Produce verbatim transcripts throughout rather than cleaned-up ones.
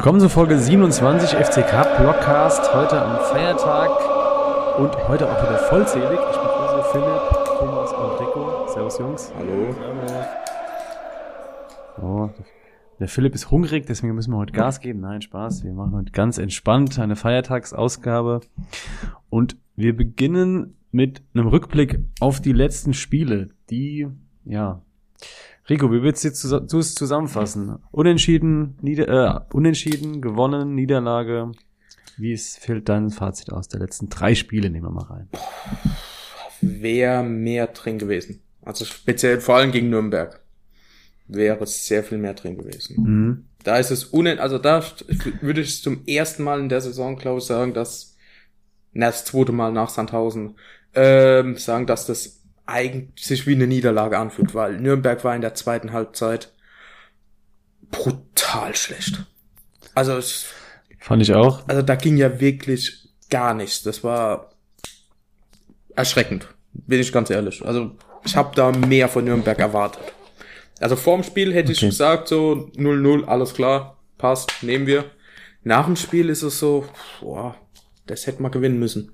Willkommen zur Folge siebenundzwanzig F C Cup Blockcast, heute am Feiertag und heute auch wieder vollzählig. Ich begrüße Philipp, Thomas und Rico. Servus Jungs. Hallo. Servus. Oh, der Philipp ist hungrig, deswegen müssen wir heute Gas geben. Nein, Spaß. Wir machen heute ganz entspannt eine Feiertagsausgabe und wir beginnen mit einem Rückblick auf die letzten Spiele, die, ja... Rico, wie willst du jetzt du es zusammenfassen? Unentschieden, nieder, äh, unentschieden, gewonnen, Niederlage. Wie ist, fällt dein Fazit aus der letzten drei Spiele? Nehmen wir mal rein. Wäre mehr drin gewesen. Also speziell vor allem gegen Nürnberg. Wäre sehr viel mehr drin gewesen. Mhm. Da ist es unen, also da würde ich zum ersten Mal in der Saison, glaube ich, sagen, dass, na, das zweite Mal nach Sandhausen, ähm, sagen, dass das eigentlich sich wie eine Niederlage anfühlt, weil Nürnberg war in der zweiten Halbzeit brutal schlecht. Also es, fand ich auch. Also da ging ja wirklich gar nichts. Das war erschreckend, bin ich ganz ehrlich. Also ich habe da mehr von Nürnberg erwartet. Also vorm Spiel hätte okay. ich gesagt, so null null, alles klar, passt, nehmen wir. Nach dem Spiel ist es so, boah, das hätte man gewinnen müssen.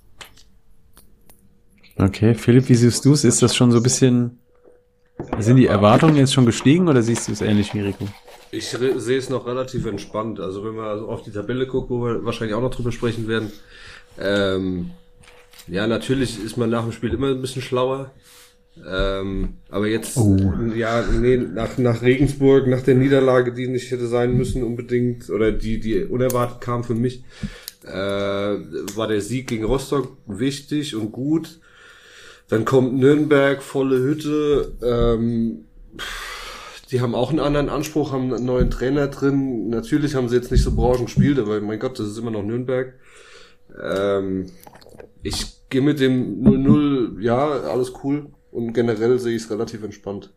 Okay, Philipp, wie siehst du es? Ist das schon so ein bisschen, sind die Erwartungen jetzt schon gestiegen oder siehst du es ähnlich wie Rico? Ich re- sehe es noch relativ entspannt. Also wenn man also auf die Tabelle guckt, wo wir wahrscheinlich auch noch drüber sprechen werden, ähm, ja, natürlich ist man nach dem Spiel immer ein bisschen schlauer. Ähm, aber jetzt, oh. ja, nee, nach, nach Regensburg, nach der Niederlage, die nicht hätte sein müssen unbedingt, oder die, die unerwartet kam für mich, äh, war der Sieg gegen Rostock wichtig und gut. Dann kommt Nürnberg, volle Hütte, ähm, die haben auch einen anderen Anspruch, haben einen neuen Trainer drin. Natürlich haben sie jetzt nicht so Branchen gespielt, aber mein Gott, das ist immer noch Nürnberg. Ähm, ich gehe mit dem null null, ja, alles cool. Und generell sehe ich es relativ entspannt.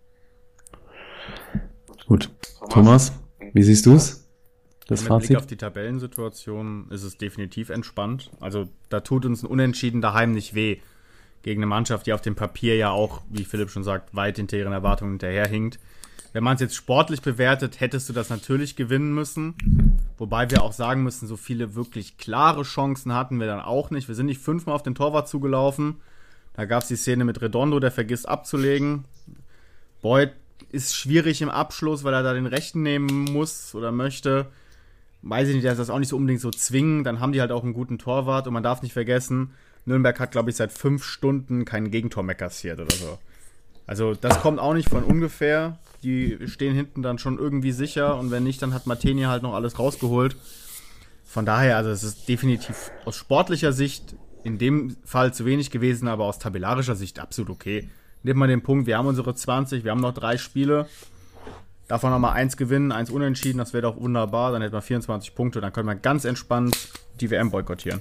Gut. Thomas, wie siehst du es? Das Mit Fazit? Blick auf die Tabellensituation ist es definitiv entspannt. Also da tut uns ein Unentschieden daheim nicht weh. Gegen eine Mannschaft, die auf dem Papier ja auch, wie Philipp schon sagt, weit hinter ihren Erwartungen hinterherhinkt. Wenn man es jetzt sportlich bewertet, hättest du das natürlich gewinnen müssen. Wobei wir auch sagen müssen, so viele wirklich klare Chancen hatten wir dann auch nicht. Wir sind nicht fünfmal auf den Torwart zugelaufen. Da gab es die Szene mit Redondo, der vergisst abzulegen. Boyd ist schwierig im Abschluss, weil er da den Rechten nehmen muss oder möchte. Weiß ich nicht, dass das auch nicht so unbedingt so zwingen. Dann haben die halt auch einen guten Torwart. Und man darf nicht vergessen, Nürnberg hat, glaube ich, seit fünf Stunden kein Gegentor mehr kassiert oder so. Also das kommt auch nicht von ungefähr. Die stehen hinten dann schon irgendwie sicher. Und wenn nicht, dann hat Martini halt noch alles rausgeholt. Von daher, also es ist definitiv aus sportlicher Sicht in dem Fall zu wenig gewesen, aber aus tabellarischer Sicht absolut okay. Nehmt mal den Punkt, wir haben unsere zwanzig, wir haben noch drei Spiele. Davon nochmal eins gewinnen, eins unentschieden, das wäre doch wunderbar. Dann hätten wir vierundzwanzig Punkte, dann können wir ganz entspannt die W M boykottieren.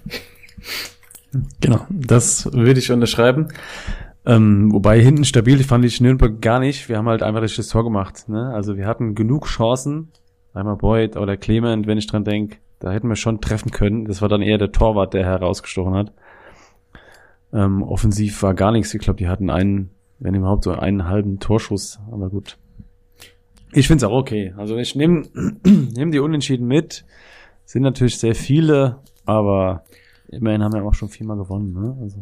Genau, das würde ich unterschreiben. Ähm, wobei hinten stabil fand ich Nürnberg gar nicht. Wir haben halt einfach das Tor gemacht. Ne? Also wir hatten genug Chancen. Einmal Boyd oder Clement, wenn ich dran denke. Da hätten wir schon treffen können. Das war dann eher der Torwart, der herausgestochen hat. Ähm, offensiv war gar nichts. Ich glaube, die hatten einen, wenn überhaupt so einen halben Torschuss. Aber gut. Ich find's auch okay. Also ich nehme nehm die Unentschieden mit. Sind natürlich sehr viele, aber immerhin haben wir auch schon viermal gewonnen. Ne? Also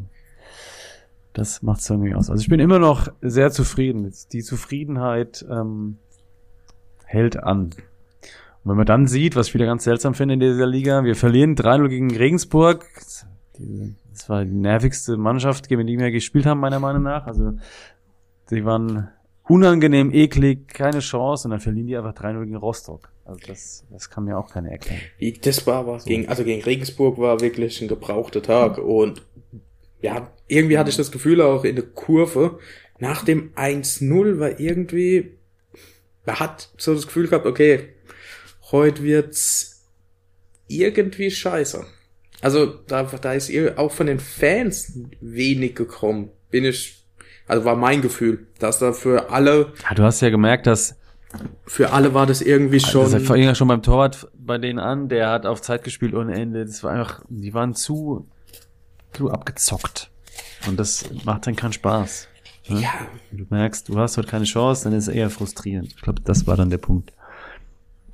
das macht's irgendwie aus. Also ich bin immer noch sehr zufrieden. Die Zufriedenheit ähm, hält an. Und wenn man dann sieht, was ich wieder ganz seltsam finde in dieser Liga, wir verlieren drei null gegen Regensburg. Das war die nervigste Mannschaft, gegen die wir gespielt haben, meiner Meinung nach. Also die waren unangenehm, eklig, keine Chance und dann verlieren die einfach drei null gegen Rostock. Also das, das kann mir auch keiner erklären. Das war aber, gegen, also gegen Regensburg war wirklich ein gebrauchter Tag und ja, irgendwie hatte ich das Gefühl auch in der Kurve, nach dem eins null war irgendwie, man hat so das Gefühl gehabt, okay, heute wird's irgendwie scheiße. Also da, da ist auch von den Fans wenig gekommen. Bin ich, also war mein Gefühl, dass da für alle. Ja, du hast ja gemerkt, dass für alle war das irgendwie schon. Das fing ja schon beim Torwart bei denen an. Der hat auf Zeit gespielt ohne Ende. Das war einfach, die waren zu, zu abgezockt. Und das macht dann keinen Spaß. Ne? Ja. Du merkst, du hast heute keine Chance, dann ist es eher frustrierend. Ich glaube, das war dann der Punkt.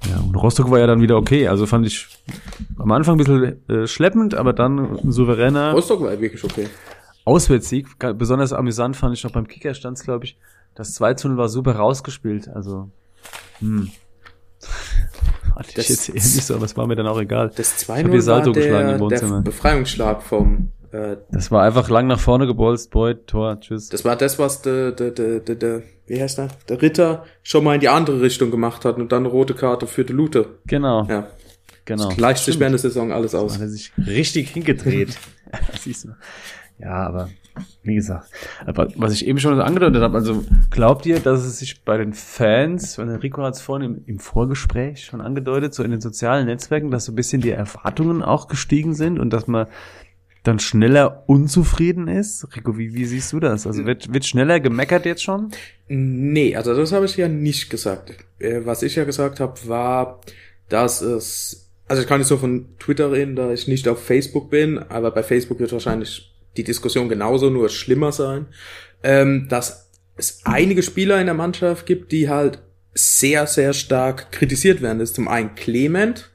Ja, und Rostock war ja dann wieder okay. Also fand ich am Anfang ein bisschen äh, schleppend, aber dann ein souveräner Rostock war wirklich okay. Auswärtssieg. Besonders amüsant fand ich noch beim Kicker stand's, glaube ich. Das zwei zu null war super rausgespielt. Also, hm. Fand ich Das- jetzt eher nicht so, aber es war mir dann auch egal. Das Ich hab zwei hier null Salto war geschlagen der, im der Wohnzimmer. Befreiungsschlag vom, äh, Das war einfach lang nach vorne gebolzt, Boyd, Tor, tschüss. das war das, was der, der, der, der, der, wie heißt der, der Ritter schon mal in die andere Richtung gemacht hat und dann eine rote Karte für die Lute. Genau, Ja, genau. gleicht sich Stimmt. während der Saison alles Hat aus. er sich richtig hingedreht. Siehst du. Ja, aber wie gesagt, aber was ich eben schon angedeutet habe, also glaubt ihr, dass es sich bei den Fans, weil Rico hat es vorhin im, im Vorgespräch schon angedeutet, so in den sozialen Netzwerken, dass so ein bisschen die Erwartungen auch gestiegen sind und dass man dann schneller unzufrieden ist? Rico, wie, wie siehst du das? Also wird, wird schneller gemeckert jetzt schon? Nee, also das habe ich ja nicht gesagt. Äh, Was ich ja gesagt habe, war, dass es, also ich kann nicht so von Twitter reden, da ich nicht auf Facebook bin, aber bei Facebook wird wahrscheinlich die Diskussion genauso, nur schlimmer sein, ähm, dass es einige Spieler in der Mannschaft gibt, die halt sehr, sehr stark kritisiert werden. Das ist zum einen Clement,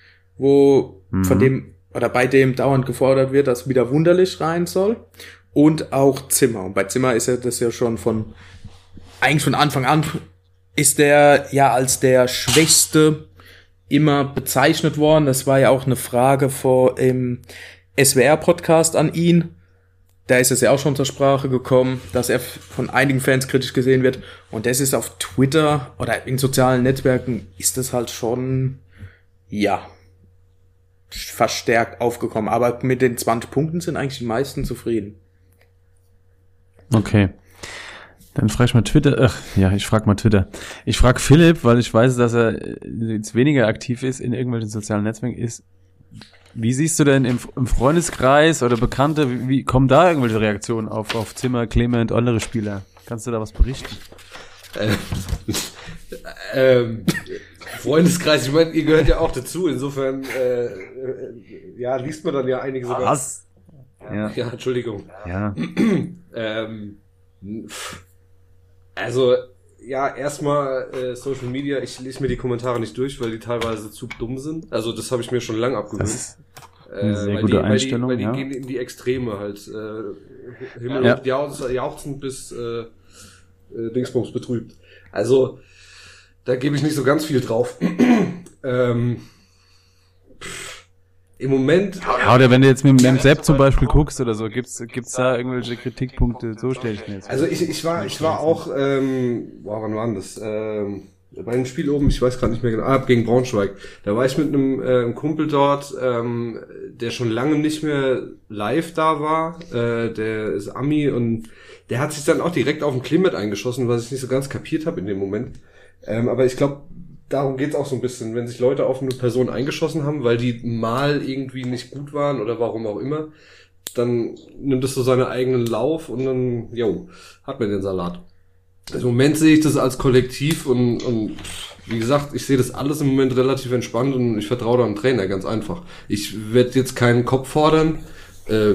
wo Mhm. von dem oder bei dem dauernd gefordert wird, dass wieder Wunderlich rein soll, und auch Zimmer. Und bei Zimmer ist ja das ja schon von eigentlich von Anfang an ist der ja als der Schwächste immer bezeichnet worden. Das war ja auch eine Frage vor im S W R-Podcast an ihn. Da ist es ja auch schon zur Sprache gekommen, dass er von einigen Fans kritisch gesehen wird. Und das ist auf Twitter oder in sozialen Netzwerken ist das halt schon, ja, verstärkt aufgekommen. Aber mit den zwanzig Punkten sind eigentlich die meisten zufrieden. Okay. Dann frage ich mal Twitter, ach, ja, ich frage mal Twitter. Ich frage Philipp, weil ich weiß, dass er jetzt weniger aktiv ist in irgendwelchen sozialen Netzwerken, ist, wie siehst du denn im, im Freundeskreis oder Bekannte, wie, wie kommen da irgendwelche Reaktionen auf, auf Zimmer, Clement, andere Spieler? Kannst du da was berichten? Äh, ähm, Freundeskreis, ich meine, ihr gehört ja auch dazu, insofern, äh, äh, ja, liest man dann ja einige sogar. Was? Ja. Ja, Entschuldigung. Ja. Ähm, pff. Also, ja, erstmal äh, Social Media, ich lese mir die Kommentare nicht durch, weil die teilweise zu dumm sind. Also das habe ich mir schon lange abgewöhnt. Das ist eine sehr weil gute die, Einstellung, weil die, weil ja. die gehen in die Extreme halt. Äh, Himmel Ja. und Jauchzen, Jauchzen bis äh, äh, Dingsbums betrübt. Also, da gebe ich nicht so ganz viel drauf. ähm, pff, Im Moment... Ja, oder wenn du jetzt mit dem Sepp zum Beispiel guckst oder so, gibt's gibt's da irgendwelche Kritikpunkte? So stelle ich mir jetzt vor. Also ich, ich war ich war auch, ähm, boah, wann war denn das? Ähm, bei einem Spiel oben, ich weiß gerade nicht mehr genau, ah, gegen Braunschweig. Da war ich mit einem, äh, einem Kumpel dort, ähm, der schon lange nicht mehr live da war. Äh, der ist Ami und der hat sich dann auch direkt auf den Clement eingeschossen, was ich nicht so ganz kapiert habe in dem Moment. Ähm, aber ich glaube, darum geht's auch so ein bisschen, wenn sich Leute auf eine Person eingeschossen haben, weil die mal irgendwie nicht gut waren oder warum auch immer, dann nimmt es so seinen eigenen Lauf und dann, jo, hat man den Salat. Also im Moment sehe ich das als Kollektiv und, und wie gesagt, ich sehe das alles im Moment relativ entspannt und ich vertraue da dem Trainer, ganz einfach. Ich werde jetzt keinen Kopf fordern. Äh,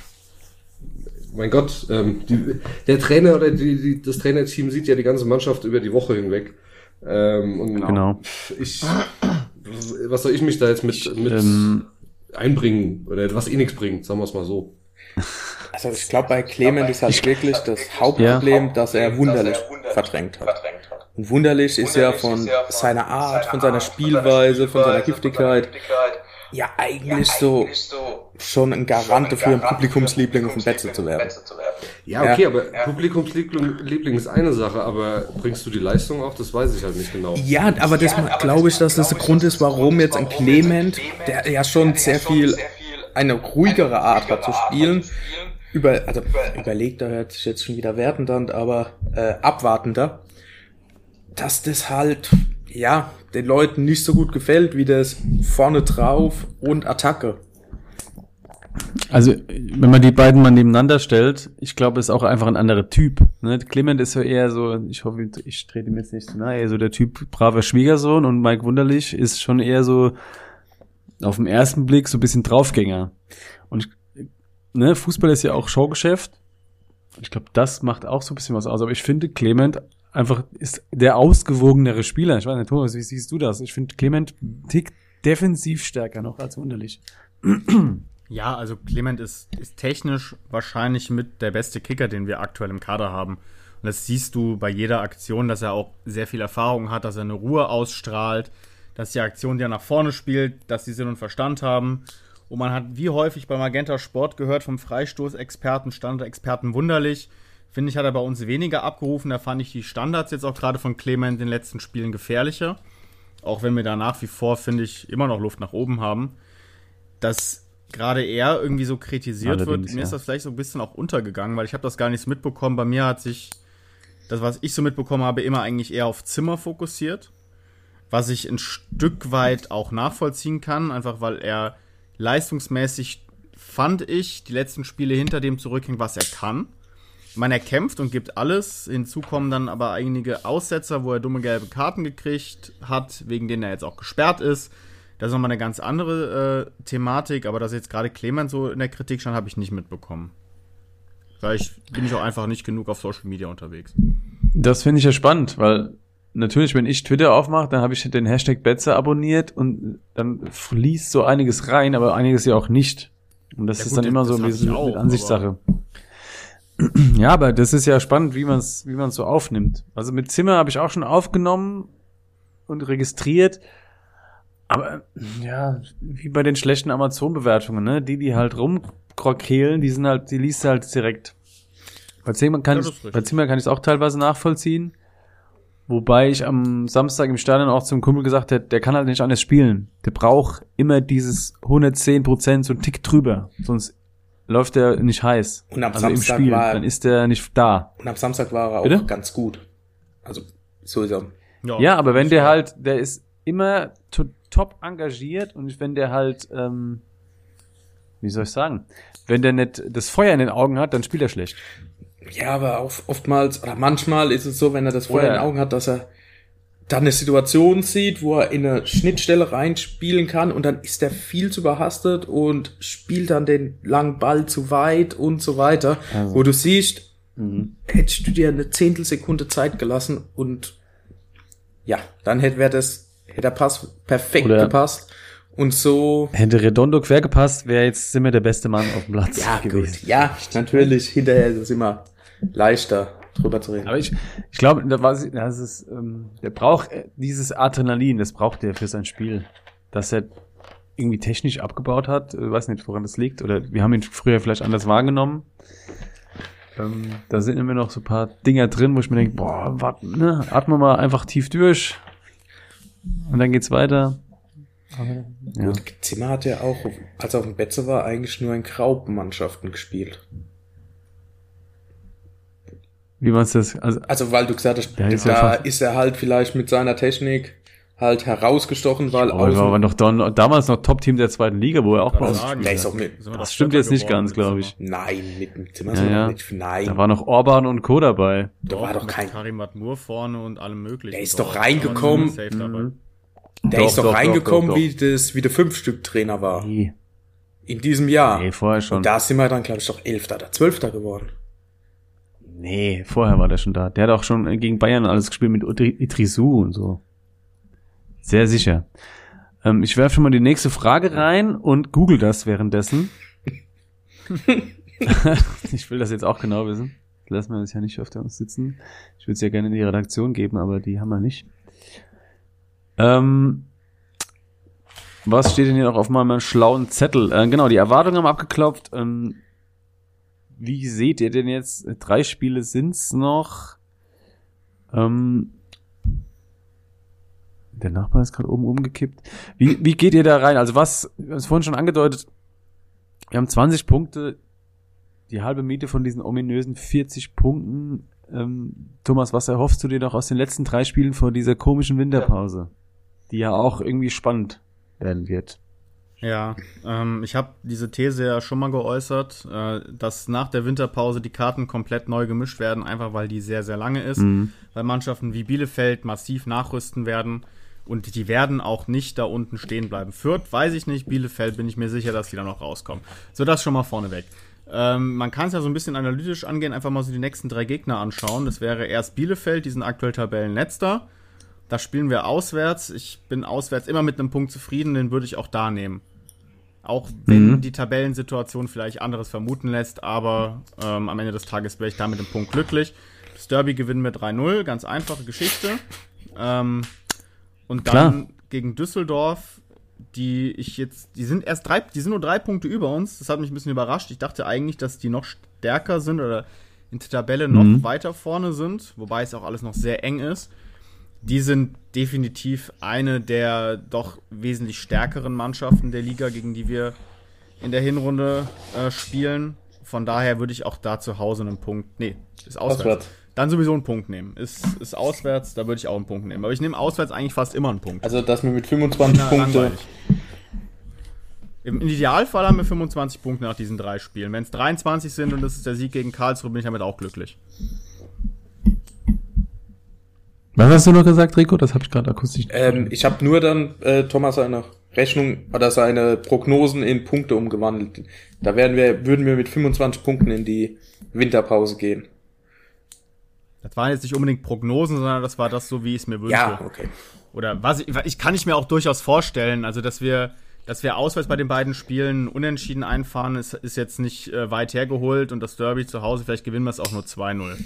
mein Gott, ähm, die, der Trainer oder die, die, das Trainerteam sieht ja die ganze Mannschaft über die Woche hinweg. Ähm, und Genau. ich, was soll ich mich da jetzt mit, mit Ähm, einbringen oder was eh nichts bringt, sagen wir es mal so. Also ich glaube, bei Clement ist halt wirklich das Hauptproblem, dass er Wunderlich verdrängt hat. Und Wunderlich ist ja von seiner Art, von seiner Spielweise, von seiner Giftigkeit ja eigentlich so schon ein Garant dafür, ein Publikumsliebling auf dem Betze zu werden. Ja, okay, aber Publikumsliebling Liebling ist eine Sache, aber bringst du die Leistung auch? Das weiß ich halt nicht genau. Ja, aber das glaube ich, dass das der Grund ist, warum jetzt ein Clement, der ja schon sehr viel eine ruhigere Art hat zu spielen, über, also überlegter hört sich jetzt schon wieder wertend an, aber äh, abwartender, dass das halt, ja, den Leuten nicht so gut gefällt, wie das vorne drauf und Attacke. Also, wenn man die beiden mal nebeneinander stellt, ich glaube, ist auch einfach ein anderer Typ. Ne? Clement ist so eher so, ich hoffe, ich trete ihm jetzt nicht zu nahe, eher so der Typ braver Schwiegersohn, und Mike Wunderlich ist schon eher so auf den ersten Blick so ein bisschen Draufgänger. Und ne, Fußball ist ja auch Showgeschäft. Ich glaube, das macht auch so ein bisschen was aus. Aber ich finde, Clement einfach ist der ausgewogenere Spieler. Ich weiß nicht, Thomas, wie siehst du das? Ich finde Clement tickt defensiv stärker noch als Wunderlich. Ja, also Clement ist, ist technisch wahrscheinlich mit der beste Kicker, den wir aktuell im Kader haben. Und das siehst du bei jeder Aktion, dass er auch sehr viel Erfahrung hat, dass er eine Ruhe ausstrahlt, dass die Aktion, die er nach vorne spielt, dass sie Sinn und Verstand haben. Und man hat wie häufig bei Magenta Sport gehört vom Freistoßexperten, Standardexperten Wunderlich. Finde ich, hat er bei uns weniger abgerufen. Da fand ich die Standards jetzt auch gerade von Clement in den letzten Spielen gefährlicher. Auch wenn wir da nach wie vor, finde ich, immer noch Luft nach oben haben. Dass gerade er irgendwie so kritisiert Allerdings, wird, mir ja. ist das vielleicht so ein bisschen auch untergegangen, weil ich habe das gar nicht mitbekommen. Bei mir hat sich das, was ich so mitbekommen habe, immer eigentlich eher auf Zimmer fokussiert. Was ich ein Stück weit auch nachvollziehen kann, einfach weil er leistungsmäßig, fand ich, die letzten Spiele hinter dem zurückhängt, was er kann. Ich meine, er kämpft und gibt alles. Hinzu kommen dann aber einige Aussetzer, wo er dumme gelbe Karten gekriegt hat, wegen denen er jetzt auch gesperrt ist. Das ist nochmal eine ganz andere äh, Thematik, aber dass jetzt gerade Clement so in der Kritik stand, habe ich nicht mitbekommen. Vielleicht bin ich auch einfach nicht genug auf Social Media unterwegs. Das finde ich ja spannend, weil natürlich, wenn ich Twitter aufmache, dann habe ich den Hashtag Betze abonniert und dann fließt so einiges rein, aber einiges ja auch nicht. Und das Ja ist gut, dann immer das so ein hab bisschen ich auch, mit Ansichtssache. Ja, aber das ist ja spannend, wie man es wie man es so aufnimmt. Also mit Zimmer habe ich auch schon aufgenommen und registriert. Aber ja, wie bei den schlechten Amazon-Bewertungen, ne? Die, die halt rumkrokehlen, die sind halt, die liest du halt direkt. Bei Zimmer kann Ja, das ich, ist richtig. bei Zimmer kann ich es auch teilweise nachvollziehen. Wobei ich am Samstag im Stadion auch zum Kumpel gesagt hätte, der kann halt nicht anders spielen. Der braucht immer dieses hundertzehn Prozent so einen Tick drüber. Sonst läuft der nicht heiß. Und am also Samstag im Spiel, war- dann ist der nicht da. Und am Samstag war er auch Bitte? ganz gut. Also, so ist er. Ja, aber wenn der halt, der ist immer to- top engagiert und wenn der halt, ähm, wie soll ich sagen, wenn der nicht das Feuer in den Augen hat, dann spielt er schlecht. Ja, aber auch oftmals, oder manchmal ist es so, wenn er das Feuer Oder- in den Augen hat, dass er dann eine Situation sieht, wo er in eine Schnittstelle reinspielen kann und dann ist er viel zu überhastet und spielt dann den langen Ball zu weit und so weiter, Also. wo du siehst, Mhm. hättest du dir eine Zehntelsekunde Zeit gelassen und ja, dann hätte wäre das, hätte der Pass perfekt Oder- gepasst und so, Hätte Redondo quer gepasst, wäre jetzt sind wir der beste Mann auf dem Platz ja gewesen. gut, ja, natürlich, hinterher ist es immer leichter, drüber zu reden. Aber ich, ich glaube, da war sie- das ist, ähm, der braucht äh, dieses Adrenalin, das braucht er für sein Spiel. Dass er irgendwie technisch abgebaut hat, äh, weiß nicht, woran das liegt. Oder wir haben ihn früher vielleicht anders wahrgenommen. Ähm, da sind immer noch so ein paar Dinger drin, wo ich mir denke, boah, warte, ne, atmen wir mal einfach tief durch. Und dann geht's weiter. Aber, ja. Gut, Zimmer hat ja auch, als er auf dem Betze war, eigentlich nur in Graupenmannschaften gespielt. Wie meinst du das? Also, Also, weil du gesagt hast, Ja, ist da einfach- ist er halt vielleicht mit seiner Technik halt herausgestochen, weil oh, wir waren aber noch don, damals noch Top-Team der zweiten Liga, wo er auch Kann bei man uns sagen, Der ist ja. auch mit- Sind wir Das doch stimmt Vierter jetzt nicht geworden ganz, mit glaube Zimmer. ich. Nein, mit dem Zimmer Ja, so ja. noch nicht. Nein, Da war noch Orban und Co. dabei. da war doch mit kein, Karim Admur vorne und allem möglichen. Der ist So, doch aber reingekommen. safe dabei. Mhm. der Doch, ist doch, doch, doch, reingekommen, doch, doch. wie das, wie der Fünf-Stück-Trainer war. Nee, In diesem Jahr. nee vorher schon. Und da sind wir dann, glaube ich, doch Elfter oder Zwölfter geworden. Nee, vorher war der schon da. Der hat auch schon gegen Bayern alles gespielt mit Idri- Idrisu und so. Sehr sicher. Ähm, ich werfe schon mal die nächste Frage rein und google das währenddessen. Ich will das jetzt auch genau wissen. Lassen wir das ja nicht öfter uns sitzen. Ich würde es ja gerne in die Redaktion geben, aber die haben wir nicht. Ähm, was steht denn hier noch auf meinem schlauen Zettel? Äh, genau, die Erwartungen haben abgeklopft. Ähm, wie seht ihr denn jetzt? Drei Spiele sind's noch. Ähm, der Nachbar ist gerade oben umgekippt. Wie, wie geht ihr da rein? Also was, wir haben es vorhin schon angedeutet, wir haben zwanzig Punkte, die halbe Miete von diesen ominösen vierzig Punkten. Ähm, Thomas, was erhoffst du dir doch aus den letzten drei Spielen vor dieser komischen Winterpause, die ja auch irgendwie spannend werden wird? Ja, ähm, ich habe diese These ja schon mal geäußert, äh, dass nach der Winterpause die Karten komplett neu gemischt werden, einfach weil die sehr, sehr lange ist, Mhm. weil Mannschaften wie Bielefeld massiv nachrüsten werden und die werden auch nicht da unten stehen bleiben. Fürth weiß ich nicht, Bielefeld bin ich mir sicher, dass die da noch rauskommen. So, das schon mal vorneweg. Ähm, man kann es ja so ein bisschen analytisch angehen, einfach mal so die nächsten drei Gegner anschauen. Das wäre erst Bielefeld, die sind aktuell Tabellenletzter. Da spielen wir auswärts. Ich bin auswärts immer mit einem Punkt zufrieden, den würde ich auch da nehmen. Auch wenn mhm. die Tabellensituation vielleicht anderes vermuten lässt, aber ähm, am Ende des Tages wäre ich da mit dem Punkt glücklich. Das Derby gewinnen wir drei null, ganz einfache Geschichte. Ähm, und dann Klar. gegen Düsseldorf, die ich jetzt, die sind erst drei, die sind nur drei Punkte über uns. Das hat mich ein bisschen überrascht. Ich dachte eigentlich, dass die noch stärker sind oder in der Tabelle noch mhm. weiter vorne sind, wobei es auch alles noch sehr eng ist. Die sind definitiv eine der doch wesentlich stärkeren Mannschaften der Liga, gegen die wir in der Hinrunde äh, spielen. Von daher würde ich auch da zu Hause einen Punkt, nee, ist auswärts. auswärts. Dann sowieso einen Punkt nehmen. Ist, ist auswärts, da würde ich auch einen Punkt nehmen. Aber ich nehme auswärts eigentlich fast immer einen Punkt. Also, dass wir mit fünfundzwanzig Punkten. Im Idealfall haben wir fünfundzwanzig Punkte nach diesen drei Spielen. Wenn es dreiundzwanzig sind und das ist der Sieg gegen Karlsruhe, bin ich damit auch glücklich. Was hast du noch gesagt, Rico? Das habe ich gerade akustisch. Ähm, ich habe nur dann äh, Thomas seine Rechnung oder seine Prognosen in Punkte umgewandelt. Da werden wir, würden wir mit fünfundzwanzig Punkten in die Winterpause gehen. Das waren jetzt nicht unbedingt Prognosen, sondern das war das so, wie ich es mir wünsche. Ja, okay. Oder was ich, ich kann ich mir auch durchaus vorstellen, also dass wir, dass wir auswärts bei den beiden Spielen unentschieden einfahren, ist, ist jetzt nicht äh, weit hergeholt und das Derby zu Hause, vielleicht gewinnen wir es auch nur zwei null.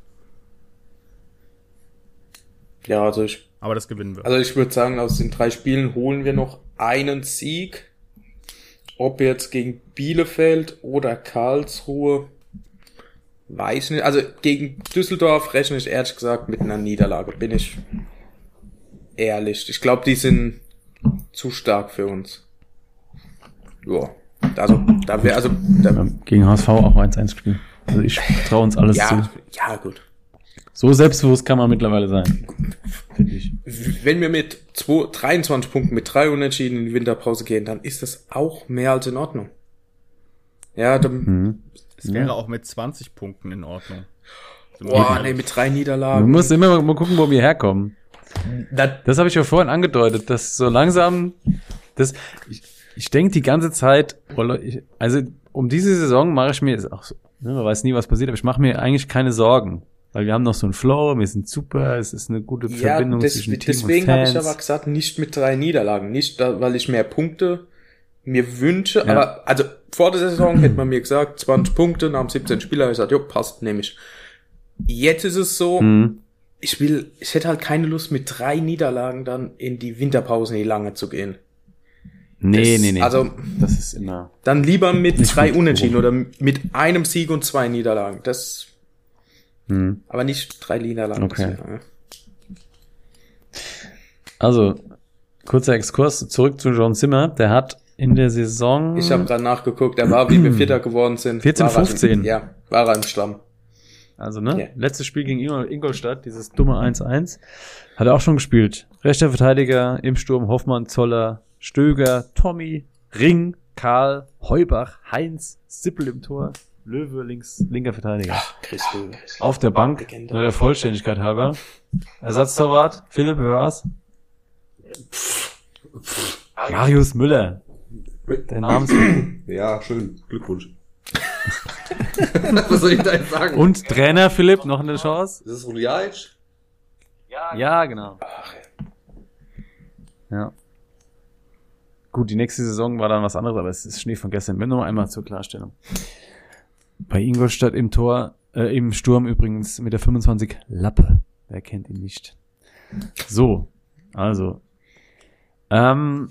Ja, also ich. Aber das gewinnen wir. Also ich würde sagen, aus den drei Spielen holen wir noch einen Sieg. Ob jetzt gegen Bielefeld oder Karlsruhe, weiß nicht. Also gegen Düsseldorf rechne ich ehrlich gesagt mit einer Niederlage, bin ich ehrlich. Ich glaube, die sind zu stark für uns. Ja, also da wäre also da, gegen H S V auch eins eins spielen. Also ich traue uns alles ja, zu. Ja, gut. So selbstbewusst kann man mittlerweile sein, finde ich. Wenn wir mit zwei, dreiundzwanzig Punkten mit drei Unentschieden in die Winterpause gehen, dann ist das auch mehr als in Ordnung. Ja, dann. Mhm. Es wäre ja. auch mit zwanzig Punkten in Ordnung. Boah, nee, mit drei Niederlagen. Man muss immer mal gucken, wo wir herkommen. Das, das habe ich ja vorhin angedeutet, dass so langsam, das, ich, ich denke die ganze Zeit, also um diese Saison mache ich mir, ist auch so, ne, man weiß nie, was passiert, aber ich mache mir eigentlich keine Sorgen. Weil wir haben noch so einen Flow, wir sind super, es ist eine gute ja, Verbindung das, zwischen Team deswegen und Fans. habe ich aber gesagt, nicht mit drei Niederlagen. Nicht, weil ich mehr Punkte mir wünsche. Ja. Aber also vor der Saison hätte man mir gesagt, zwanzig Punkte, nach dem siebzehn Spieler, ich gesagt, jo, passt, nehme ich. Jetzt ist es so, mhm. ich will, ich hätte halt keine Lust, mit drei Niederlagen dann in die Winterpause in die lange zu gehen. Nee, das, nee, nee. Also, das ist immer. Dann lieber mit drei Unentschieden oder mit einem Sieg und zwei Niederlagen. Das Hm. Aber nicht drei Niederlagen. Okay. Also, kurzer Exkurs zurück zu John Zimmer. Der hat in der Saison... Ich habe gerade nachgeguckt, er war, wie wir Vierter geworden sind. vierzehn, fünfzehn. Ja, war er im Stamm. Also, ne? Yeah. Letztes Spiel gegen Ingolstadt, dieses dumme eins eins, hat er auch schon gespielt. Rechter Verteidiger im Sturm, Hoffmann, Zoller, Stöger, Tommy, Ring, Karl, Heubach, Heinz, Sippel im Tor. Löwe, links, linker Verteidiger. Ach, Chris Löwe. Auf der Bank, nur der Vollständigkeit halber. Ersatztorwart, Philipp Hörs. Marius Müller. Der Namensvetter. Ja, schön. Glückwunsch. Was soll ich da jetzt sagen? Und Trainer Philipp, noch eine Chance. Ist das Ruliaic? Ja, ja, genau. Ja. Gut, die nächste Saison war dann was anderes, aber es ist Schnee von gestern. Nur noch einmal zur Klarstellung. Bei Ingolstadt im Tor, äh, im Sturm übrigens mit der fünfundzwanzig Lappe. Wer kennt ihn nicht? So, also. Ähm,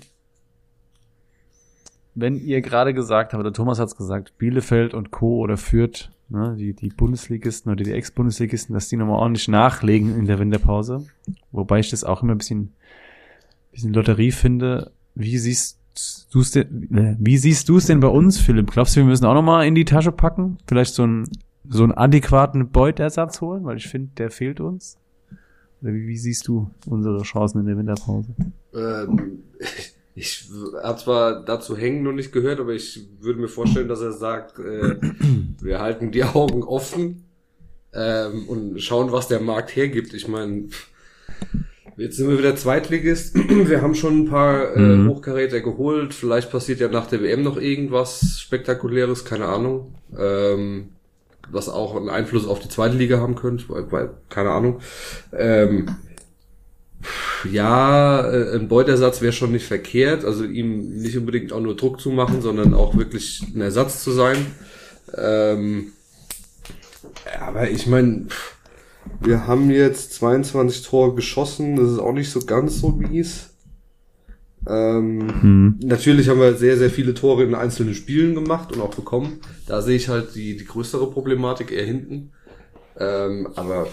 wenn ihr gerade gesagt habt, oder Thomas hat's gesagt, Bielefeld und Co. oder Fürth, ne, die, die Bundesligisten oder die Ex-Bundesligisten, dass die nochmal ordentlich nachlegen in der Winterpause. Wobei ich das auch immer ein bisschen, bisschen Lotterie finde. Wie siehst du's denn, wie siehst du es denn bei uns, Philipp? Glaubst du, wir müssen auch nochmal in die Tasche packen? Vielleicht so einen, so einen adäquaten Beutersatz holen? Weil ich finde, der fehlt uns. Oder wie, wie siehst du unsere Chancen in der Winterpause? Ähm, ich habe zwar dazu Hängen noch nicht gehört, aber ich würde mir vorstellen, dass er sagt, äh, wir halten die Augen offen ähm, und schauen, was der Markt hergibt. Ich meine, Jetzt sind wir wieder Zweitligist. Wir haben schon ein paar äh, mhm. Hochkaräter geholt. Vielleicht passiert ja nach der W M noch irgendwas Spektakuläres, keine Ahnung. Ähm, was auch einen Einfluss auf die zweite Liga haben könnte, weil, weil keine Ahnung. Ähm, ja, äh, ein Beutersatz wäre schon nicht verkehrt. Also ihm nicht unbedingt auch nur Druck zu machen, sondern auch wirklich ein Ersatz zu sein. Ähm, aber ich meine... Wir haben jetzt zweiundzwanzig Tore geschossen, das ist auch nicht so ganz so mies. Ähm, hm. Natürlich haben wir sehr, sehr viele Tore in einzelnen Spielen gemacht und auch bekommen. Da sehe ich halt die, die größere Problematik eher hinten. Ähm, aber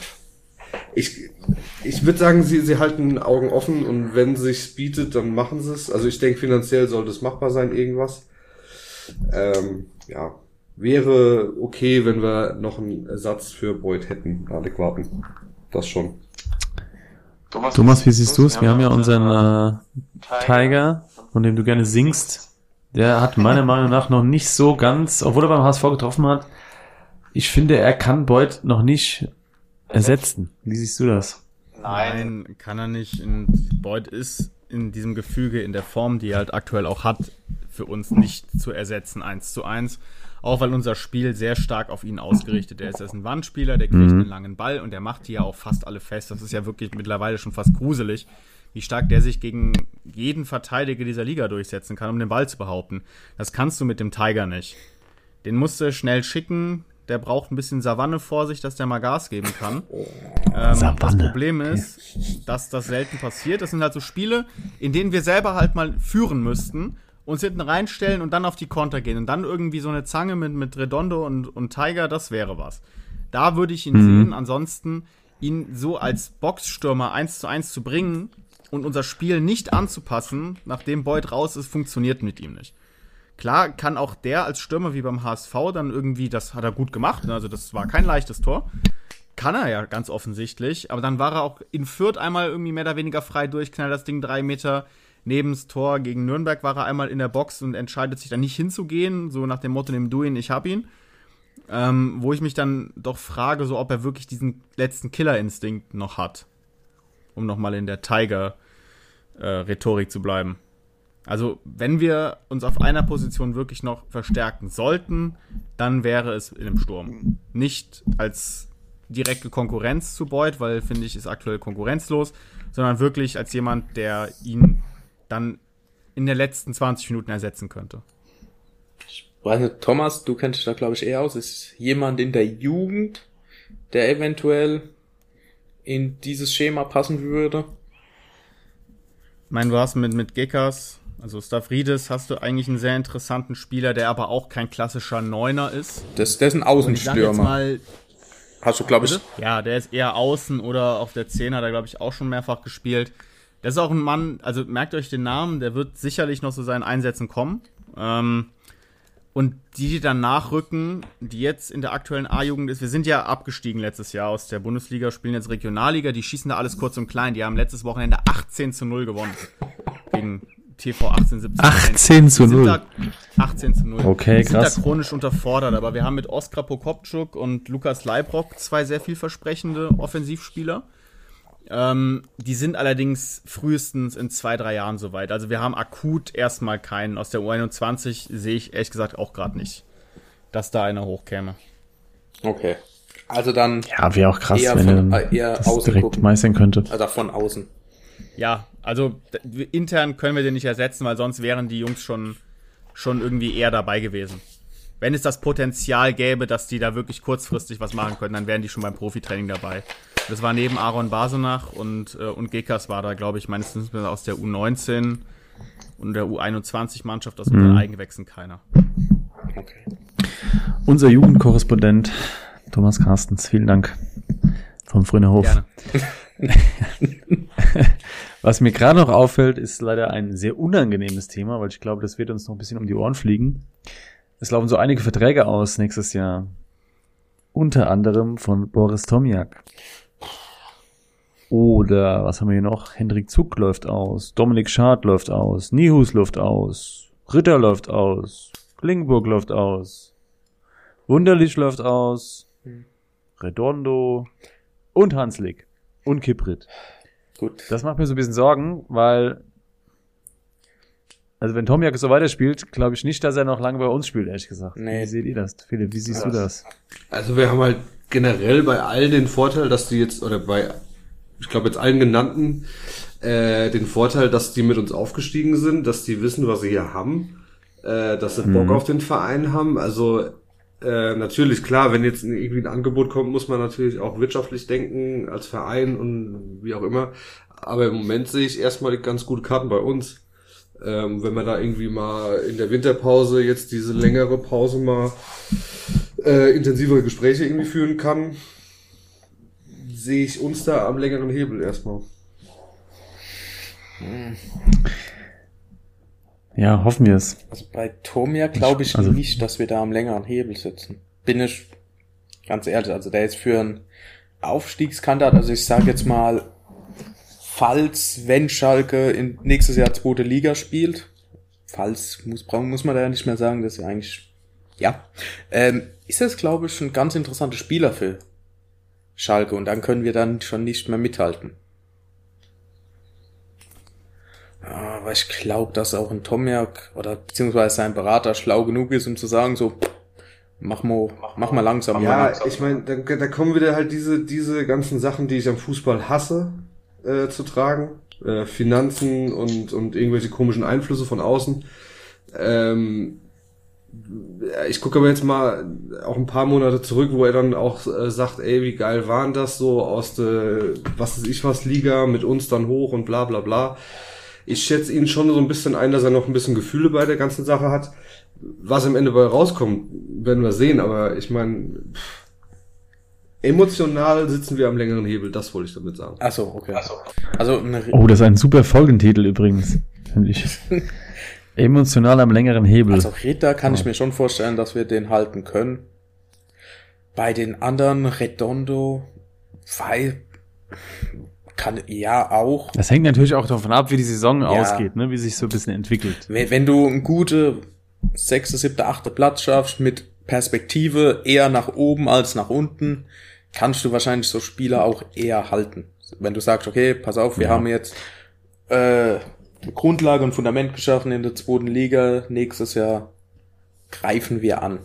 ich, ich würde sagen, sie, sie halten Augen offen und wenn es sich bietet, dann machen sie es. Also ich denke, finanziell sollte es machbar sein, irgendwas. Ähm, ja. Wäre okay, wenn wir noch einen Ersatz für Beuth hätten, adäquaten. Das schon. Thomas, Thomas wie siehst du es? Wir haben ja unseren äh, Tiger, von dem du gerne singst. Der hat meiner Meinung nach noch nicht so ganz, obwohl er beim H S V getroffen hat, ich finde, er kann Beuth noch nicht ersetzen. Wie siehst du das? Nein, kann er nicht. Beuth ist in diesem Gefüge, in der Form, die er halt aktuell auch hat, für uns nicht zu ersetzen, eins zu eins. Auch weil unser Spiel sehr stark auf ihn ausgerichtet ist. Er ist ein Wandspieler, der kriegt mhm. einen langen Ball und der macht die ja auch fast alle fest. Das ist ja wirklich mittlerweile schon fast gruselig, wie stark der sich gegen jeden Verteidiger dieser Liga durchsetzen kann, um den Ball zu behaupten. Das kannst du mit dem Tiger nicht. Den musst du schnell schicken. Der braucht ein bisschen Savanne vor sich, dass der mal Gas geben kann. Ähm, das Problem ist, dass das selten passiert. Das sind halt so Spiele, in denen wir selber halt mal führen müssten, uns hinten reinstellen und dann auf die Konter gehen. Und dann irgendwie so eine Zange mit, mit Redondo und, und Tiger, das wäre was. Da würde ich ihn mhm. sehen. Ansonsten ihn so als Boxstürmer eins zu eins zu bringen und unser Spiel nicht anzupassen, nachdem Beuth raus ist, funktioniert mit ihm nicht. Klar kann auch der als Stürmer wie beim H S V dann irgendwie, das hat er gut gemacht, ne? Also das war kein leichtes Tor. Kann er ja ganz offensichtlich. Aber dann war er auch in Fürth einmal irgendwie mehr oder weniger frei durch, knallt das Ding drei Meter neben das Tor. Gegen Nürnberg war er einmal in der Box und entscheidet sich dann nicht hinzugehen, so nach dem Motto, nimm du ihn, ich hab ihn. Ähm, wo ich mich dann doch frage, so ob er wirklich diesen letzten Killerinstinkt noch hat. Um nochmal in der Tiger-Rhetorik äh, zu bleiben. Also, wenn wir uns auf einer Position wirklich noch verstärken sollten, dann wäre es in dem Sturm. Nicht als direkte Konkurrenz zu Beuth, weil, finde ich, ist aktuell konkurrenzlos, sondern wirklich als jemand, der ihn dann in den letzten zwanzig Minuten ersetzen könnte. Ich weiß nicht, Thomas, du kennst dich da, glaube ich, eher aus. Ist jemand in der Jugend, der eventuell in dieses Schema passen würde? Ich meine, du hast mit, mit Gekas, also Stavridis, hast du eigentlich einen sehr interessanten Spieler, der aber auch kein klassischer Neuner ist. Das, das ist ein Außenstürmer. Mal, hast du, glaube ich... Ja, der ist eher außen oder auf der zehn hat er, glaube ich, auch schon mehrfach gespielt. Das ist auch ein Mann, also merkt euch den Namen, der wird sicherlich noch zu seinen Einsätzen kommen. Ähm, und die, die dann nachrücken, die jetzt in der aktuellen A-Jugend ist, wir sind ja abgestiegen letztes Jahr aus der Bundesliga, spielen jetzt Regionalliga, die schießen da alles kurz und klein. Die haben letztes Wochenende achtzehn zu null gewonnen. Gegen T V achtzehn siebzehn. achtzehn zu null? achtzehn zu null. Okay, krass. Wir sind da chronisch unterfordert, aber wir haben mit Oskar Prokopczuk und Lukas Leibrock zwei sehr vielversprechende Offensivspieler. Ähm, die sind allerdings frühestens in zwei, drei Jahren soweit. Also wir haben akut erstmal keinen. Aus der U einundzwanzig sehe ich ehrlich gesagt auch gerade nicht, dass da einer hochkäme. Okay. Also dann... Ja, wäre auch krass, eher wenn von, er eher das außen direkt gucken. meistern könnte. Also von außen. Ja, also d- intern können wir den nicht ersetzen, weil sonst wären die Jungs schon, schon irgendwie eher dabei gewesen. Wenn es das Potenzial gäbe, dass die da wirklich kurzfristig was machen können, dann wären die schon beim Profitraining dabei. Das war neben Aaron Basenach und, äh, und Gekas war da, glaube ich, meines Wissens aus der U neunzehn und der U einundzwanzig-Mannschaft aus unseren mhm. Eigengewächsen keiner. Okay. Unser Jugendkorrespondent Thomas Carstens, vielen Dank vom Fröner Hof. Gerne. Was mir gerade noch auffällt, ist leider ein sehr unangenehmes Thema, weil ich glaube, das wird uns noch ein bisschen um die Ohren fliegen. Es laufen so einige Verträge aus nächstes Jahr. Unter anderem von Boris Tomjak. Oder, was haben wir hier noch? Hendrik Zuck läuft aus, Dominik Schad läuft aus, Nihus läuft aus, Ritter läuft aus, Klingburg läuft aus, Wunderlich läuft aus, Redondo und Hanslik und Kiprit. Gut. Das macht mir so ein bisschen Sorgen, weil, also wenn Tomiak so weiterspielt, glaube ich nicht, dass er noch lange bei uns spielt, ehrlich gesagt. Nee. Wie seht ihr das, Philipp? Wie siehst Ja. du das? Also wir haben halt generell bei allen den Vorteil, dass die jetzt, oder bei, ich glaube jetzt allen genannten, äh, den Vorteil, dass die mit uns aufgestiegen sind, dass die wissen, was sie hier haben, äh, dass sie Bock Mhm. auf den Verein haben. Also äh, natürlich, klar, wenn jetzt irgendwie ein Angebot kommt, muss man natürlich auch wirtschaftlich denken, als Verein und wie auch immer. Aber im Moment sehe ich erstmal ganz gute Karten bei uns. Ähm, wenn man da irgendwie mal in der Winterpause jetzt diese längere Pause mal äh, intensivere Gespräche irgendwie führen kann, sehe ich uns da am längeren Hebel erstmal. Ja, hoffen wir es. Also bei Tomiak glaube ich Also- nicht, dass wir da am längeren Hebel sitzen. Bin ich ganz ehrlich, also der ist für einen Aufstiegskandidat, also ich sage jetzt mal, falls, wenn Schalke in nächstes Jahr zweite Liga spielt, falls, muss, muss man da ja nicht mehr sagen, das ist ja eigentlich, ja, ähm, ist das, glaube ich, ein ganz interessanter Spieler für Schalke und dann können wir dann schon nicht mehr mithalten. Ja, aber ich glaube, dass auch ein Tomiak oder beziehungsweise sein Berater schlau genug ist, um zu sagen, so, mach mal, mach mal langsam. Ja, mal. ich meine, da, da kommen wieder halt diese diese ganzen Sachen, die ich am Fußball hasse, äh, zu tragen. Äh, Finanzen und und irgendwelche komischen Einflüsse von außen. Ähm, ich gucke aber jetzt mal auch ein paar Monate zurück, wo er dann auch äh, sagt, ey, wie geil waren das so aus der, was weiß ich was, Liga mit uns dann hoch und bla bla bla. Ich schätze ihn schon so ein bisschen ein, dass er noch ein bisschen Gefühle bei der ganzen Sache hat. Was am Ende bei rauskommt, werden wir sehen, aber ich meine, emotional sitzen wir am längeren Hebel, das wollte ich damit sagen. Ach so, okay. Also, eine, Oh, das ist ein super Folgentitel übrigens, finde ich. Emotional am längeren Hebel. also Ritter kann ich mir schon vorstellen, dass wir den halten können. Bei den anderen, Redondo, weil, kann, ja, auch. Das hängt natürlich auch davon ab, wie die Saison Ja. ausgeht, ne? Wie sich so ein bisschen entwickelt. Wenn, wenn du ein gute sechste, siebte, achte Platz schaffst, mit Perspektive eher nach oben als nach unten, kannst du wahrscheinlich so Spieler auch eher halten. Wenn du sagst, okay, pass auf, wir Ja. haben jetzt äh, eine Grundlage und Fundament geschaffen in der zweiten Liga, nächstes Jahr greifen wir an.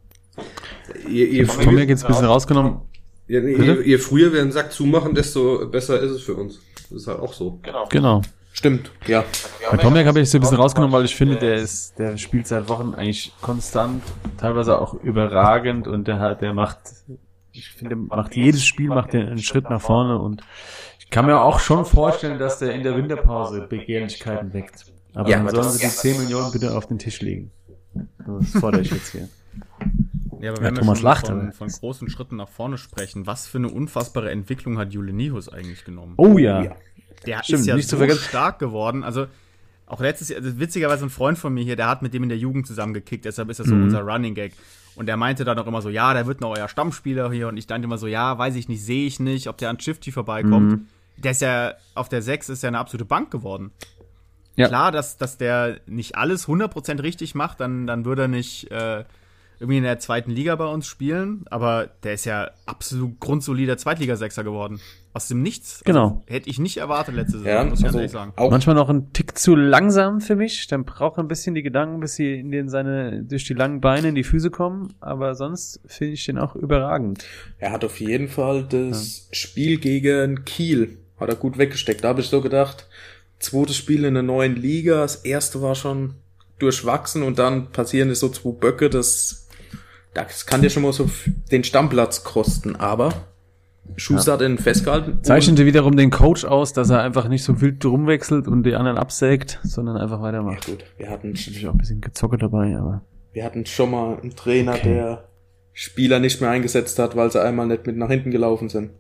Je, je, Tomiak jetzt ein bisschen rausgenommen. ja, nee, Bitte? je, je früher wir einen Sack zumachen, desto besser ist es für uns. Das ist halt auch so. Genau. Stimmt, ja. Bei Tomiak habe ich so ein bisschen rausgenommen, weil ich finde, der ist, der spielt seit Wochen eigentlich konstant, teilweise auch überragend und der hat, der macht, ich finde, macht jedes Spiel, macht der einen Schritt nach vorne und ich kann mir auch schon vorstellen, dass der in der Winterpause Begehrlichkeiten weckt. Aber Ja, dann aber sollen das- sie die zehn Millionen bitte auf den Tisch legen. Das fordere ich jetzt hier. Ja, aber Ja, wenn wir Thomas schon lacht, von, aber- von großen Schritten nach vorne sprechen, was für eine unfassbare Entwicklung hat Jule Nihus eigentlich genommen? Oh ja. Ja. Der Stimmt, ist ja nicht zu so vergessen. stark geworden. Also auch letztes Jahr, also witzigerweise ein Freund von mir hier, der hat mit dem in der Jugend zusammengekickt, deshalb ist das so Mhm. unser Running Gag. Und der meinte dann auch immer so, ja, der wird noch euer Stammspieler hier. Und ich dachte immer so, ja, weiß ich nicht, sehe ich nicht, ob der an Shifty vorbeikommt. Mhm. Der ist ja, auf der sechs ist ja eine absolute Bank geworden. Ja. Klar, dass, dass der nicht alles hundert Prozent richtig macht, dann, dann würde er nicht äh, irgendwie in der zweiten Liga bei uns spielen. Aber der ist ja absolut grundsolider Zweitligasechser geworden. Aus dem Nichts. Genau. Also, hätte ich nicht erwartet letzte Saison, Ja, muss ich ganz also ehrlich sagen. auch Manchmal noch ein Tick zu langsam für mich. Dann braucht er ein bisschen die Gedanken, bis sie in den seine, durch die langen Beine in die Füße kommen. Aber sonst finde ich den auch überragend. er hat auf jeden Fall das Spiel gegen Kiel, hat er gut weggesteckt. Da habe ich so gedacht, zweites Spiel in der neuen Liga, das erste war schon durchwachsen und dann passieren so zwei Böcke, das, das kann dir schon mal so f- den Stammplatz kosten, aber Schuster hat ihn festgehalten. Zeichnete wiederum den Coach aus, dass er einfach nicht so wild rumwechselt und die anderen absägt, sondern einfach Ja, weitermacht. gut, wir hatten, Natürlich auch ein bisschen Gezocke dabei, aber wir hatten schon mal einen Trainer, Okay. der Spieler nicht mehr eingesetzt hat, weil sie einmal nicht mit nach hinten gelaufen sind.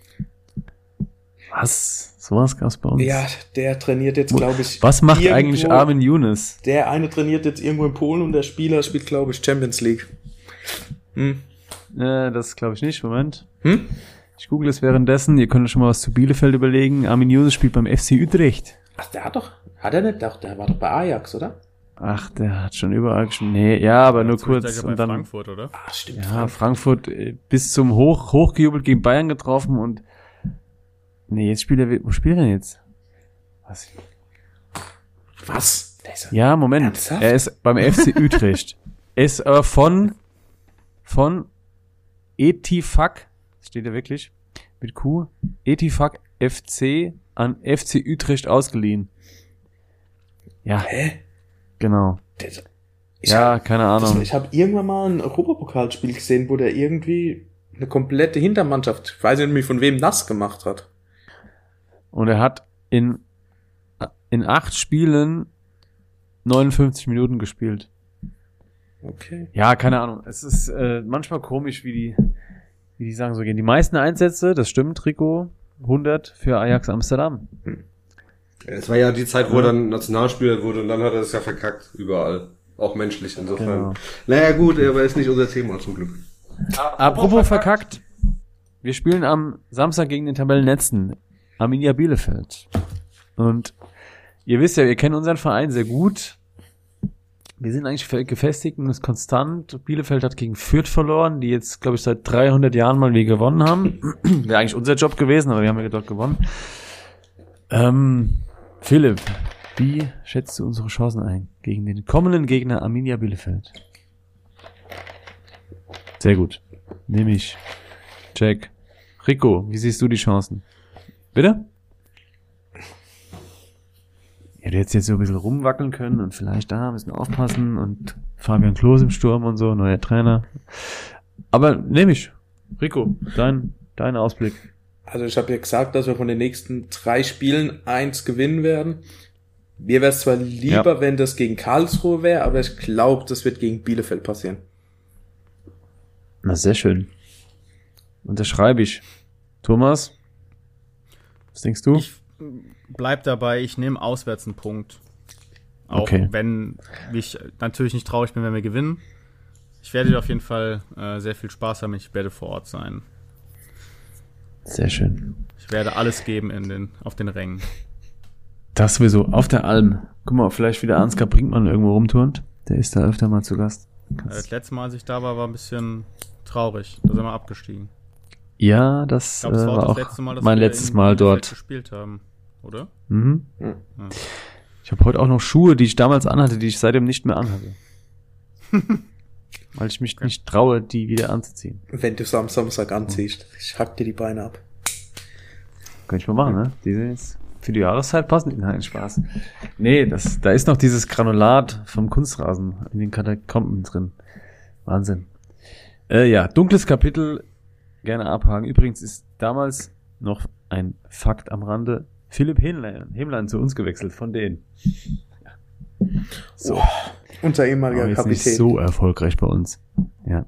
was? Sowas gab's bei uns? Ja, der trainiert jetzt, glaube ich. Was macht irgendwo- eigentlich Armin Younes? Der eine trainiert jetzt irgendwo in Polen und der Spieler spielt, glaube ich, Champions League. Hm? Äh, das glaube ich nicht, Moment. Hm? Ich google es währenddessen. Ihr könnt schon mal was zu Bielefeld überlegen. Armin Younes spielt beim F C Utrecht. Ach, der hat doch, hat er nicht? Doch, der war doch bei Ajax, oder? Ach, der hat schon überall schon. Nee, ja, aber nur kurz. Zwischenzeitlich Und bei dann, Frankfurt, oder? Ah, stimmt. ja, Frankfurt äh, bis zum Hoch, hochgejubelt gegen Bayern getroffen und Nee, jetzt spielt er, wo spielt er denn jetzt? Was? Was? Der ist Ja, Moment. Ernsthaft? Er ist beim F C Utrecht. Er ist aber von, von Etifak, steht er wirklich, mit Q, Etifak F C an F C Utrecht ausgeliehen. Ja, Hä? genau. Der, ich Ja, hab, keine das, Ahnung. ich habe irgendwann mal ein Europapokalspiel gesehen, wo der irgendwie eine komplette Hintermannschaft, ich weiß nicht mehr von wem, nass gemacht hat. Und er hat in, in acht Spielen neunundfünfzig Minuten gespielt. Okay. Ja, keine Ahnung. Es ist äh, manchmal komisch, wie die, wie die sagen so gehen. Die meisten Einsätze, das stimmt, Rico, hundert für Ajax Amsterdam. Es war ja die Zeit, wo er dann Nationalspieler wurde und dann hat er es ja verkackt, überall. Auch menschlich insofern. Genau. Naja gut, aber ist nicht unser Thema zum Glück. Apropos verkackt. Wir spielen am Samstag gegen den Tabellenletzten, Arminia Bielefeld. Und ihr wisst ja, wir kennen unseren Verein sehr gut. Wir sind eigentlich gefestigt und ist konstant. Bielefeld hat gegen Fürth verloren, die jetzt, glaube ich, seit dreihundert Jahren mal wieder gewonnen haben. Wäre eigentlich unser Job gewesen, aber wir haben ja dort gewonnen. Ähm, Philipp, wie schätzt du unsere Chancen ein gegen den kommenden Gegner Arminia Bielefeld? Sehr gut. Nehme ich. Check. Rico, wie siehst du die Chancen? Bitte? Ja, du hättest jetzt so ein bisschen rumwackeln können und vielleicht da ein bisschen aufpassen und Fabian Klos im Sturm und so, neuer Trainer. Aber nehme ich. Rico, dein, dein Ausblick. Also ich habe ja gesagt, dass wir von den nächsten drei Spielen eins gewinnen werden. Mir wäre es zwar lieber, Ja. wenn das gegen Karlsruhe wäre, aber ich glaube, das wird gegen Bielefeld passieren. Na, sehr schön. Unterschreibe ich. Thomas, was denkst du? Ich bleib dabei, ich nehme auswärts einen Punkt. Auch Okay. wenn ich natürlich nicht traurig bin, wenn wir gewinnen. Ich werde auf jeden Fall äh, sehr viel Spaß haben, ich werde vor Ort sein. Sehr schön. Ich werde alles geben in den, auf den Rängen. Das sowieso. Auf der Alm. Guck mal, ob vielleicht wieder Ansgar Brinkmann irgendwo rumturnt. Der ist da öfter mal zu Gast. Äh, das letzte Mal, als ich da war, war ein bisschen traurig. Da sind wir abgestiegen. Ja, das, Ich glaube, es äh, war war auch auch das letzte Mal, dass mein wir letztes in Mal Bielefeld dort. gespielt haben, oder? Mhm. Mhm. Ja. Ich habe heute auch noch Schuhe, die ich damals anhatte, die ich seitdem nicht mehr anhatte. Weil ich mich Okay. nicht traue, die wieder anzuziehen. Wenn du es am Samstag anziehst, ich hack dir die Beine ab. Könnte ich mal machen, ne? Die sind jetzt für die Jahreszeit passen. Nein, Spaß. Nee, das, da ist noch dieses Granulat vom Kunstrasen in den Katakomben drin. Wahnsinn. Äh, ja, dunkles Kapitel, gerne abhaken. Übrigens ist damals noch ein Fakt am Rande. Philipp Hähnlein, Hähnlein zu uns gewechselt, von denen. Ja. So. Unser Aber ehemaliger jetzt nicht Kapitän. so erfolgreich bei uns. Ja.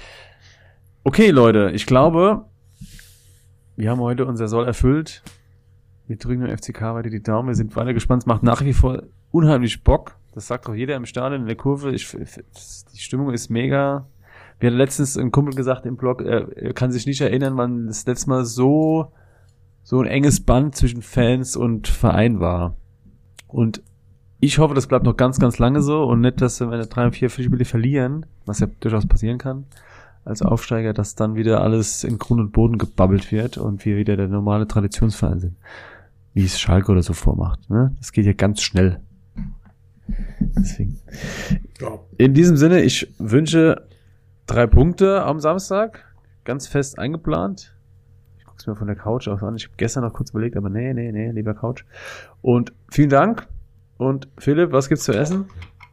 Okay, Leute, ich glaube, wir haben heute unser Soll erfüllt. Wir drücken dem F C K weiter die Daumen. Wir sind weiter gespannt. Es macht nach wie vor unheimlich Bock. Das sagt auch jeder im Stadion, in der Kurve. Ich, die Stimmung ist mega. Mir hat letztens ein Kumpel gesagt im Blog, er, er kann sich nicht erinnern, wann das letzte Mal so, so ein enges Band zwischen Fans und Verein war. Und ich hoffe, das bleibt noch ganz, ganz lange so und nicht, dass wir, wenn wir drei und vier Spiele verlieren, was ja durchaus passieren kann, als Aufsteiger, dass dann wieder alles in Grund und Boden gebabbelt wird und wir wieder der normale Traditionsverein sind. Wie es Schalke oder so vormacht. Ne? Das geht ja ganz schnell. Deswegen. Ja. In diesem Sinne, ich wünsche drei Punkte am Samstag. Ganz fest eingeplant. Ich gucke es mir von der Couch aus an. Ich habe gestern noch kurz überlegt, aber nee, nee, nee, lieber Couch. Und vielen Dank. Und Philipp, was gibt's zu essen?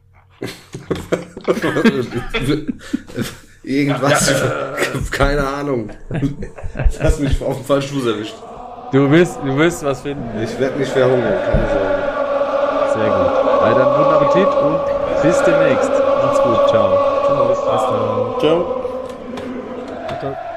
Irgendwas. Keine Ahnung. Lass mich auf den falschen Fuß erwischt. Du willst, du willst was finden. Ich werde nicht verhungern, keine Sorge. Sehr gut. Also dann guten Appetit und bis demnächst. Macht's gut. Ciao. Ciao. Ciao.